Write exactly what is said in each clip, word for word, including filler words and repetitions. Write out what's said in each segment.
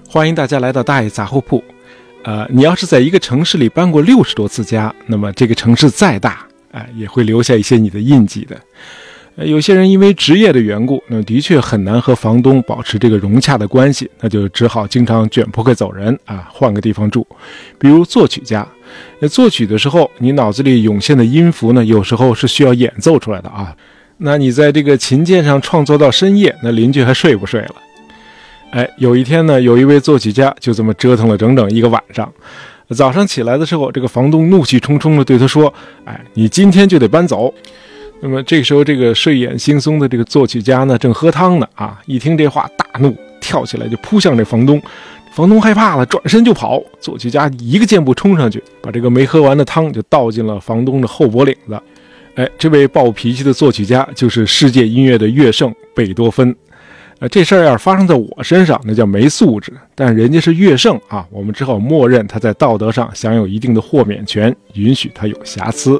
欢迎大家来到大爷杂货铺。呃，你要是在一个城市里搬过六十多次家，那么这个城市再大，哎、呃，也会留下一些你的印记的。呃，有些人因为职业的缘故，那的确很难和房东保持这个融洽的关系，那就只好经常卷铺盖走人啊，换个地方住。比如作曲家，那作曲的时候，你脑子里涌现的音符呢，有时候是需要演奏出来的啊。那你在这个琴键上创作到深夜，那邻居还睡不睡了？哎，有一天呢，有一位作曲家就这么折腾了整整一个晚上。早上起来的时候，这个房东怒气冲冲地对他说：“哎，你今天就得搬走。”那么这个时候，这个睡眼惺忪的这个作曲家呢，正喝汤呢啊！一听这话，大怒，跳起来就扑向这房东。房东害怕了，转身就跑。作曲家一个箭步冲上去，把这个没喝完的汤就倒进了房东的后脖领子。哎，这位暴脾气的作曲家就是世界音乐的乐圣贝多芬。呃，这事儿要是发生在我身上，那叫没素质。但人家是乐圣啊，我们只好默认他在道德上享有一定的豁免权，允许他有瑕疵。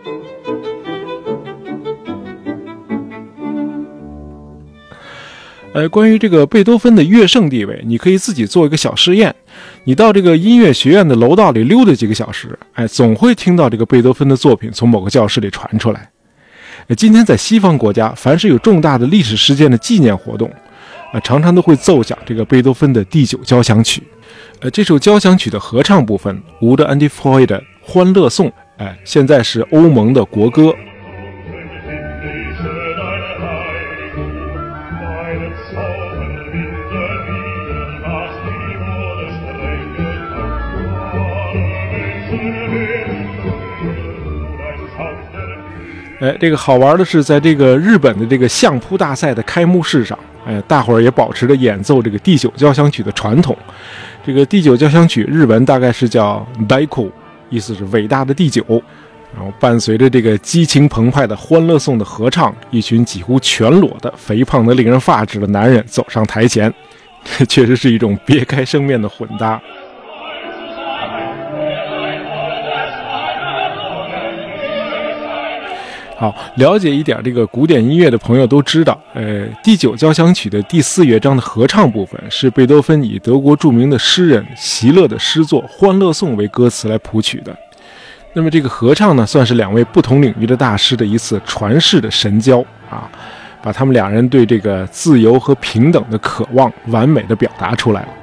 呃，关于这个贝多芬的乐圣地位，你可以自己做一个小试验。你到这个音乐学院的楼道里溜达几个小时，哎，总会听到这个贝多芬的作品从某个教室里传出来。呃，今天在西方国家，凡是有重大的历史事件的纪念活动，呃，常常都会奏响这个贝多芬的第九交响曲。呃，这首交响曲的合唱部分，无的安迪弗瑞的欢乐颂，哎，现在是欧盟的国歌。哎，这个好玩的是，在这个日本的这个相扑大赛的开幕式上，哎，大伙儿也保持着演奏这个第九交响曲的传统。这个第九交响曲日文大概是叫 Daiku， 意思是伟大的第九。然后伴随着这个激情澎湃的欢乐颂的合唱，一群几乎全裸的肥胖的令人发指的男人走上台前，这确实是一种别开生面的混搭。好，了解一点这个古典音乐的朋友都知道，呃，第九交响曲的第四乐章的合唱部分是贝多芬以德国著名的诗人席勒的诗作《欢乐颂》为歌词来谱曲的。那么这个合唱呢，算是两位不同领域的大师的一次传世的神交啊，把他们两人对这个自由和平等的渴望完美的表达出来了。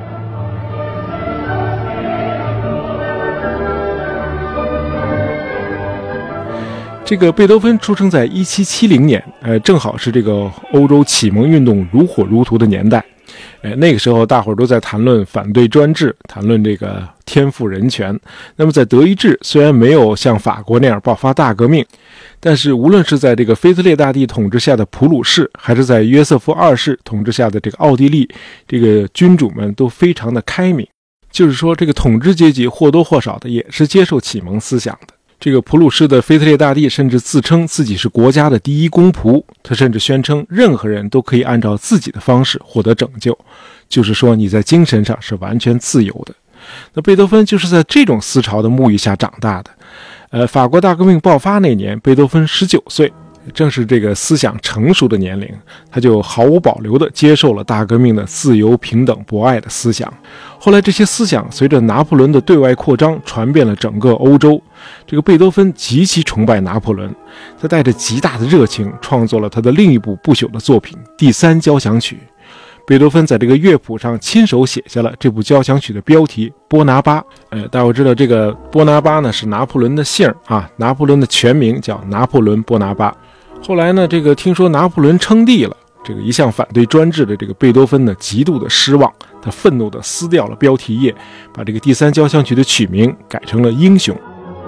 这个贝多芬出生在一七七零年，呃，正好是这个欧洲启蒙运动如火如荼的年代。呃，那个时候大伙儿都在谈论反对专制，谈论这个天赋人权。那么在德意志虽然没有像法国那样爆发大革命，但是无论是在这个腓特烈大帝统治下的普鲁士，还是在约瑟夫二世统治下的这个奥地利，这个君主们都非常的开明。就是说，这个统治阶级或多或少的也是接受启蒙思想的。这个普鲁士的腓特烈大帝甚至自称自己是国家的第一公仆，他甚至宣称任何人都可以按照自己的方式获得拯救，就是说你在精神上是完全自由的。那贝多芬就是在这种思潮的沐浴下长大的。呃，法国大革命爆发那年，贝多芬十九岁，正是这个思想成熟的年龄，他就毫无保留地接受了大革命的自由、平等、博爱的思想。后来这些思想随着拿破仑的对外扩张传遍了整个欧洲，这个贝多芬极其崇拜拿破仑，他带着极大的热情创作了他的另一部不朽的作品第三交响曲。贝多芬在这个乐谱上亲手写下了这部交响曲的标题波拿巴。呃，大家知道这个波拿巴呢是拿破仑的姓啊，拿破仑的全名叫拿破仑波拿巴。后来呢，这个听说拿破仑称帝了，这个一向反对专制的这个贝多芬呢极度的失望，他愤怒地撕掉了标题页，把这个第三交响曲的曲名改成了英雄。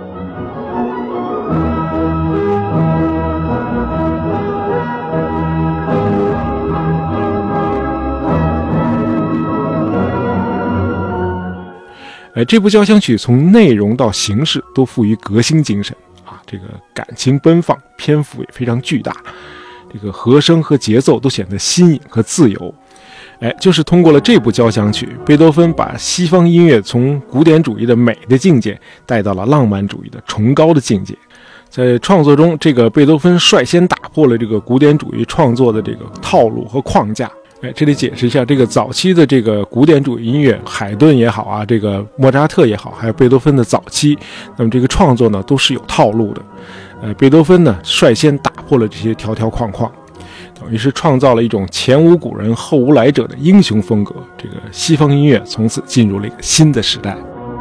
哎，这部交响曲从内容到形式都富于革新精神啊，这个感情奔放，篇幅也非常巨大，这个和声和节奏都显得新颖和自由。哎，就是通过了这部交响曲，贝多芬把西方音乐从古典主义的美的境界带到了浪漫主义的崇高的境界。在创作中，这个贝多芬率先打破了这个古典主义创作的这个套路和框架， 哎，这里解释一下，这个早期的这个古典主义音乐，海顿也好啊，这个莫扎特也好，还有贝多芬的早期，那么这个创作呢都是有套路的。呃，贝多芬呢率先打破了这些条条框框，等于是创造了一种前无古人后无来者的英雄风格。这个西方音乐从此进入了一个新的时代。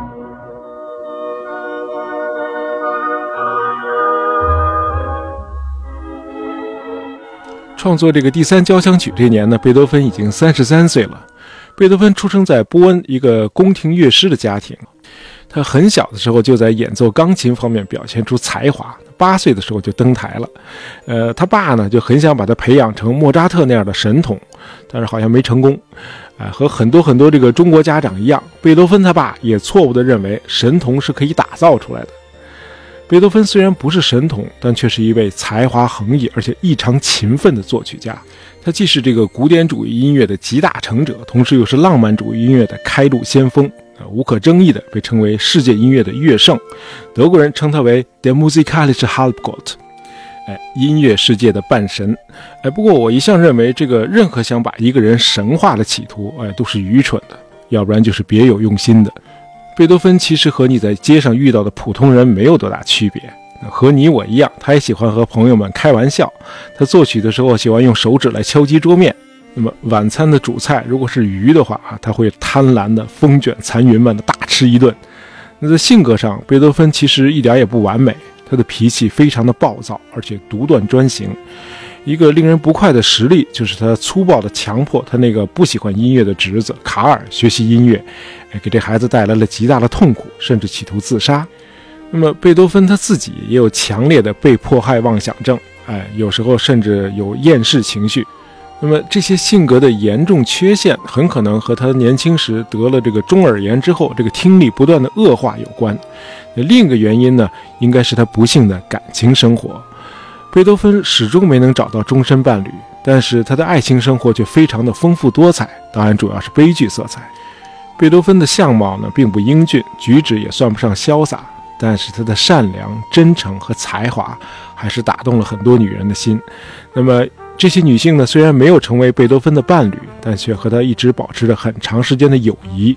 创作这个第三交响曲这年呢，贝多芬已经三十三岁了。贝多芬出生在波恩一个宫廷乐师的家庭，他很小的时候就在演奏钢琴方面表现出才华，八岁的时候就登台了。呃，他爸呢就很想把他培养成莫扎特那样的神童，但是好像没成功。啊、呃，和很多很多这个中国家长一样，贝多芬他爸也错误地认为神童是可以打造出来的。贝多芬虽然不是神童，但却是一位才华横溢而且异常勤奋的作曲家。他既是这个古典主义音乐的集大成者，同时又是浪漫主义音乐的开路先锋，无可争议的被称为世界音乐的乐圣。德国人称他为 Der musikalische Halbgott， 哎，音乐世界的半神。哎，不过我一向认为，这个任何想把一个人神化的企图，哎，都是愚蠢的，要不然就是别有用心的。贝多芬其实和你在街上遇到的普通人没有多大区别，和你我一样，他也喜欢和朋友们开玩笑。他作曲的时候喜欢用手指来敲击桌面。那么晚餐的主菜如果是鱼的话啊，他会贪婪的风卷残云般的大吃一顿。那在性格上，贝多芬其实一点也不完美，他的脾气非常的暴躁，而且独断专行。一个令人不快的实例就是他粗暴地强迫他那个不喜欢音乐的侄子卡尔学习音乐，给这孩子带来了极大的痛苦，甚至企图自杀。那么贝多芬他自己也有强烈的被迫害妄想症，哎，有时候甚至有厌世情绪。那么这些性格的严重缺陷很可能和他年轻时得了这个中耳炎之后这个听力不断的恶化有关。另一个原因呢，应该是他不幸的感情生活。贝多芬始终没能找到终身伴侣，但是他的爱情生活却非常的丰富多彩，当然主要是悲剧色彩。贝多芬的相貌呢并不英俊，举止也算不上潇洒，但是他的善良、真诚和才华还是打动了很多女人的心。那么这些女性呢，虽然没有成为贝多芬的伴侣，但却和他一直保持着很长时间的友谊。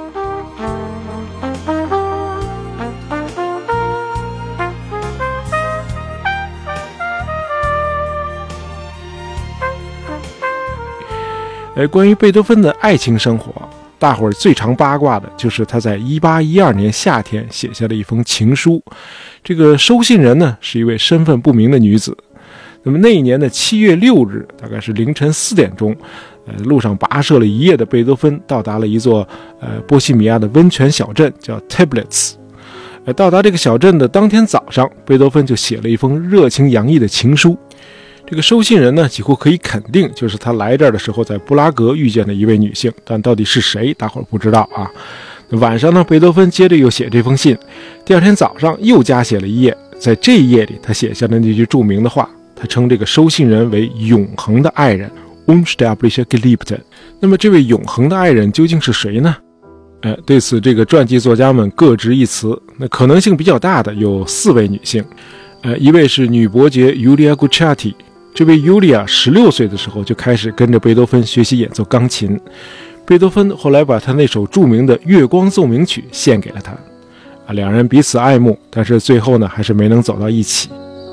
而关于贝多芬的爱情生活，大伙儿最常八卦的就是他在一八一二年夏天写下的一封情书。这个收信人呢是一位身份不明的女子。那么那一年的七月六日，大概是凌晨四点钟，呃，路上跋涉了一夜的贝多芬到达了一座呃波西米亚的温泉小镇，叫 Teplitz。呃，到达这个小镇的当天早上，贝多芬就写了一封热情洋溢的情书。这个收信人呢，几乎可以肯定就是他来这儿的时候在布拉格遇见的一位女性，但到底是谁，大伙儿不知道啊。晚上呢，贝多芬接着又写这封信，第二天早上又加写了一页，在这一页里，他写下了那句著名的话，他称这个收信人为永恒的爱人 Unsterbliche Geliebte。 那么这位永恒的爱人究竟是谁呢？呃，对此这个传记作家们各执一词。那可能性比较大的有四位女性，呃，一位是女伯爵 Julia Gucciati。这位 Julia 十六岁的时候就开始跟着贝多芬学习演奏钢琴，贝多芬后来把他那首著名的《月光奏鸣曲》献给了他，啊，两人彼此爱慕，但是最后呢还是没能走到一起。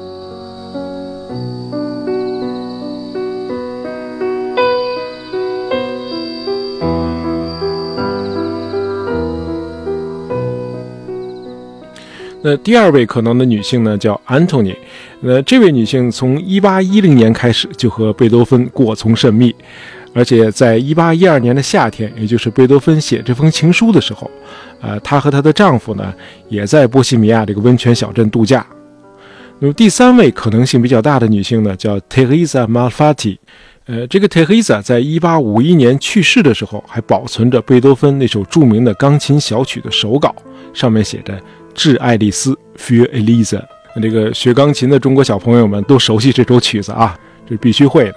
那第二位可能的女性呢，叫安东尼。那这位女性从一八一零年开始就和贝多芬过从甚密，而且在一八一二年的夏天，也就是贝多芬写这封情书的时候，呃，她和她的丈夫呢，也在波西米亚这个温泉小镇度假。那么第三位可能性比较大的女性呢，叫 Teresa Malfatti。呃，这个 Teresa 在一八五一年去世的时候，还保存着贝多芬那首著名的钢琴小曲的手稿，上面写着致爱丽丝 für Elisa。 这个学钢琴的中国小朋友们都熟悉这首曲子啊，这是必须会的。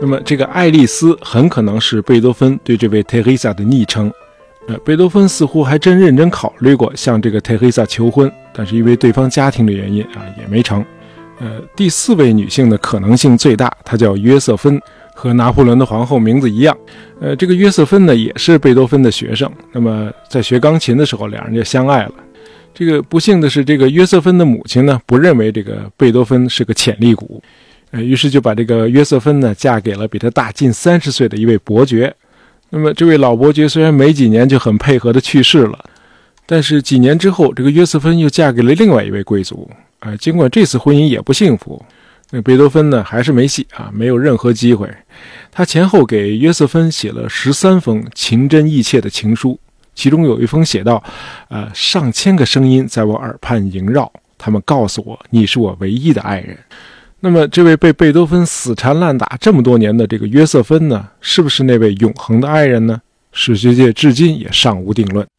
那么这个爱丽丝很可能是贝多芬对这位 Teresa 的昵称。呃，贝多芬似乎还真认真考虑过向这个 Teresa 求婚，但是因为对方家庭的原因啊，也没成。呃，第四位女性的可能性最大，她叫约瑟芬，和拿破仑的皇后名字一样。呃，这个约瑟芬呢也是贝多芬的学生，那么在学钢琴的时候，两人就相爱了。这个不幸的是，这个约瑟芬的母亲呢不认为这个贝多芬是个潜力股。呃，于是就把这个约瑟芬呢嫁给了比他大近三十岁的一位伯爵。那么这位老伯爵虽然没几年就很配合的去世了，但是几年之后，这个约瑟芬又嫁给了另外一位贵族。啊、呃，尽管这次婚姻也不幸福，那贝多芬呢还是没戏啊，没有任何机会。他前后给约瑟芬写了十三封情真意切的情书，其中有一封写道：呃，上千个声音在我耳畔萦绕，他们告诉我你是我唯一的爱人。那么这位被贝多芬死缠烂打这么多年的这个约瑟芬呢，是不是那位永恒的爱人呢？史学界至今也尚无定论。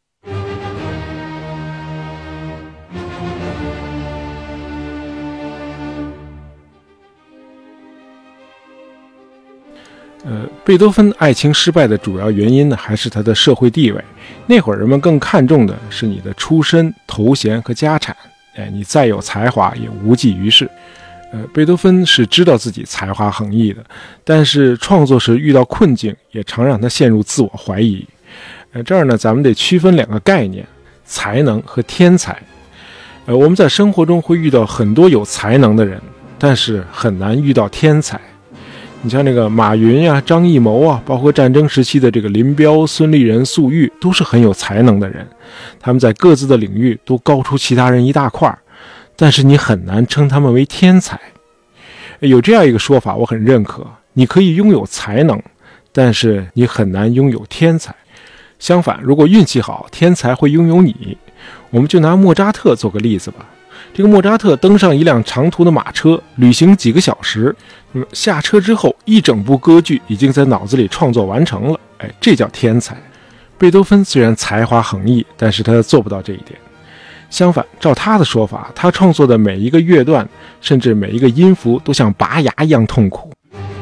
呃，贝多芬爱情失败的主要原因呢，还是他的社会地位。那会儿人们更看重的是你的出身、头衔和家产，哎，你再有才华也无济于事。呃，贝多芬是知道自己才华横溢的，但是创作时遇到困境，也常让他陷入自我怀疑。呃，这儿呢，咱们得区分两个概念：才能和天才。呃，我们在生活中会遇到很多有才能的人，但是很难遇到天才。你像那个马云呀、张艺谋啊，包括战争时期的这个林彪、孙立人、粟裕，都是很有才能的人，他们在各自的领域都高出其他人一大块，但是你很难称他们为天才。有这样一个说法我很认可，你可以拥有才能，但是你很难拥有天才。相反，如果运气好，天才会拥有你。我们就拿莫扎特做个例子吧。这个莫扎特登上一辆长途的马车，旅行几个小时，那么下车之后，一整部歌剧已经在脑子里创作完成了。哎，这叫天才。贝多芬虽然才华横溢，但是他做不到这一点。相反，照他的说法，他创作的每一个乐段，甚至每一个音符，都像拔牙一样痛苦。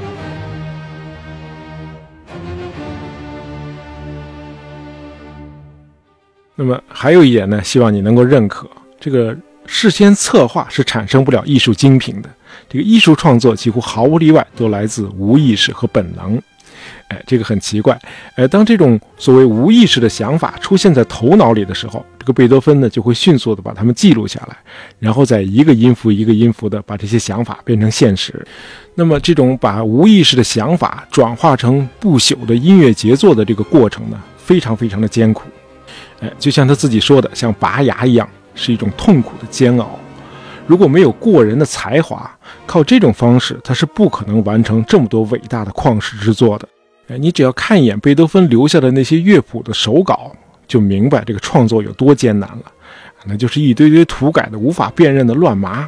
那么还有一点呢，希望你能够认可，这个事先策划是产生不了艺术精品的。这个艺术创作几乎毫无例外都来自无意识和本能。哎，这个很奇怪。呃，当这种所谓无意识的想法出现在头脑里的时候，这个贝多芬呢就会迅速的把它们记录下来，然后再一个音符一个音符的把这些想法变成现实。那么这种把无意识的想法转化成不朽的音乐杰作的这个过程呢，非常非常的艰苦。哎，就像他自己说的，像拔牙一样，是一种痛苦的煎熬。如果没有过人的才华，靠这种方式他是不可能完成这么多伟大的旷世之作的。哎，你只要看一眼贝多芬留下的那些乐谱的手稿，就明白这个创作有多艰难了。那就是一堆堆涂改的无法辨认的乱麻。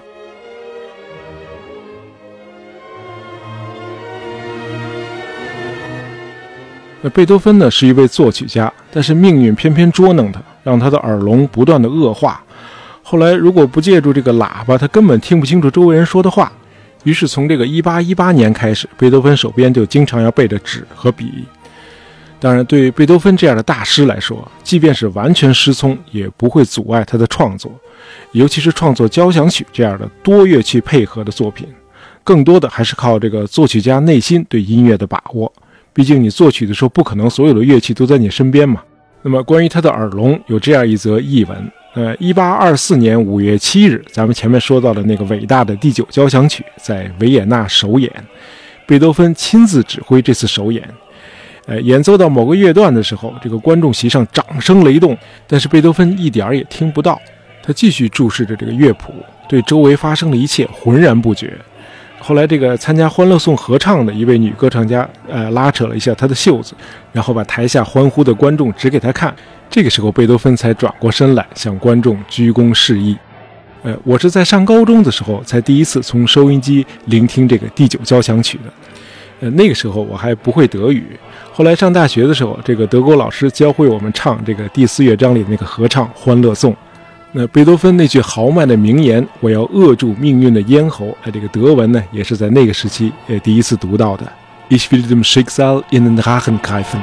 那贝多芬呢是一位作曲家，但是命运偏偏捉弄他，让他的耳聋不断的恶化。后来如果不借助这个喇叭，他根本听不清楚周围人说的话。于是从这个一八一八年开始，贝多芬手边就经常要备着纸和笔。当然，对贝多芬这样的大师来说，即便是完全失聪，也不会阻碍他的创作，尤其是创作交响曲这样的多乐器配合的作品，更多的还是靠这个作曲家内心对音乐的把握。毕竟你作曲的时候不可能所有的乐器都在你身边嘛。那么关于他的耳聋有这样一则译文，呃，一八二四年五月七日，咱们前面说到的那个伟大的第九交响曲在维也纳首演，贝多芬亲自指挥这次首演。呃，演奏到某个乐段的时候，这个观众席上掌声雷动，但是贝多芬一点也听不到，他继续注视着这个乐谱，对周围发生的一切浑然不觉。后来这个参加欢乐颂合唱的一位女歌唱家呃，拉扯了一下她的袖子，然后把台下欢呼的观众指给她看。这个时候贝多芬才转过身来向观众鞠躬示意。呃，我是在上高中的时候才第一次从收音机聆听这个第九交响曲的。呃，那个时候我还不会德语，后来上大学的时候，这个德国老师教会我们唱这个第四乐章里的那个合唱欢乐颂。那贝多芬那句豪迈的名言，我要扼住命运的咽喉，哎，这个德文呢也是在那个时期呃第一次读到的。 Ich will dem Schicksal in den Rachen greifen。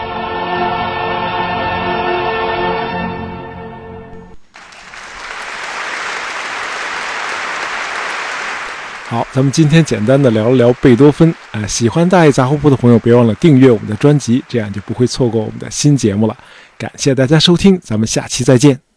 好，咱们今天简单的聊了聊贝多芬。呃，喜欢大爷杂货铺的朋友，别忘了订阅我们的专辑，这样就不会错过我们的新节目了。感谢大家收听，咱们下期再见。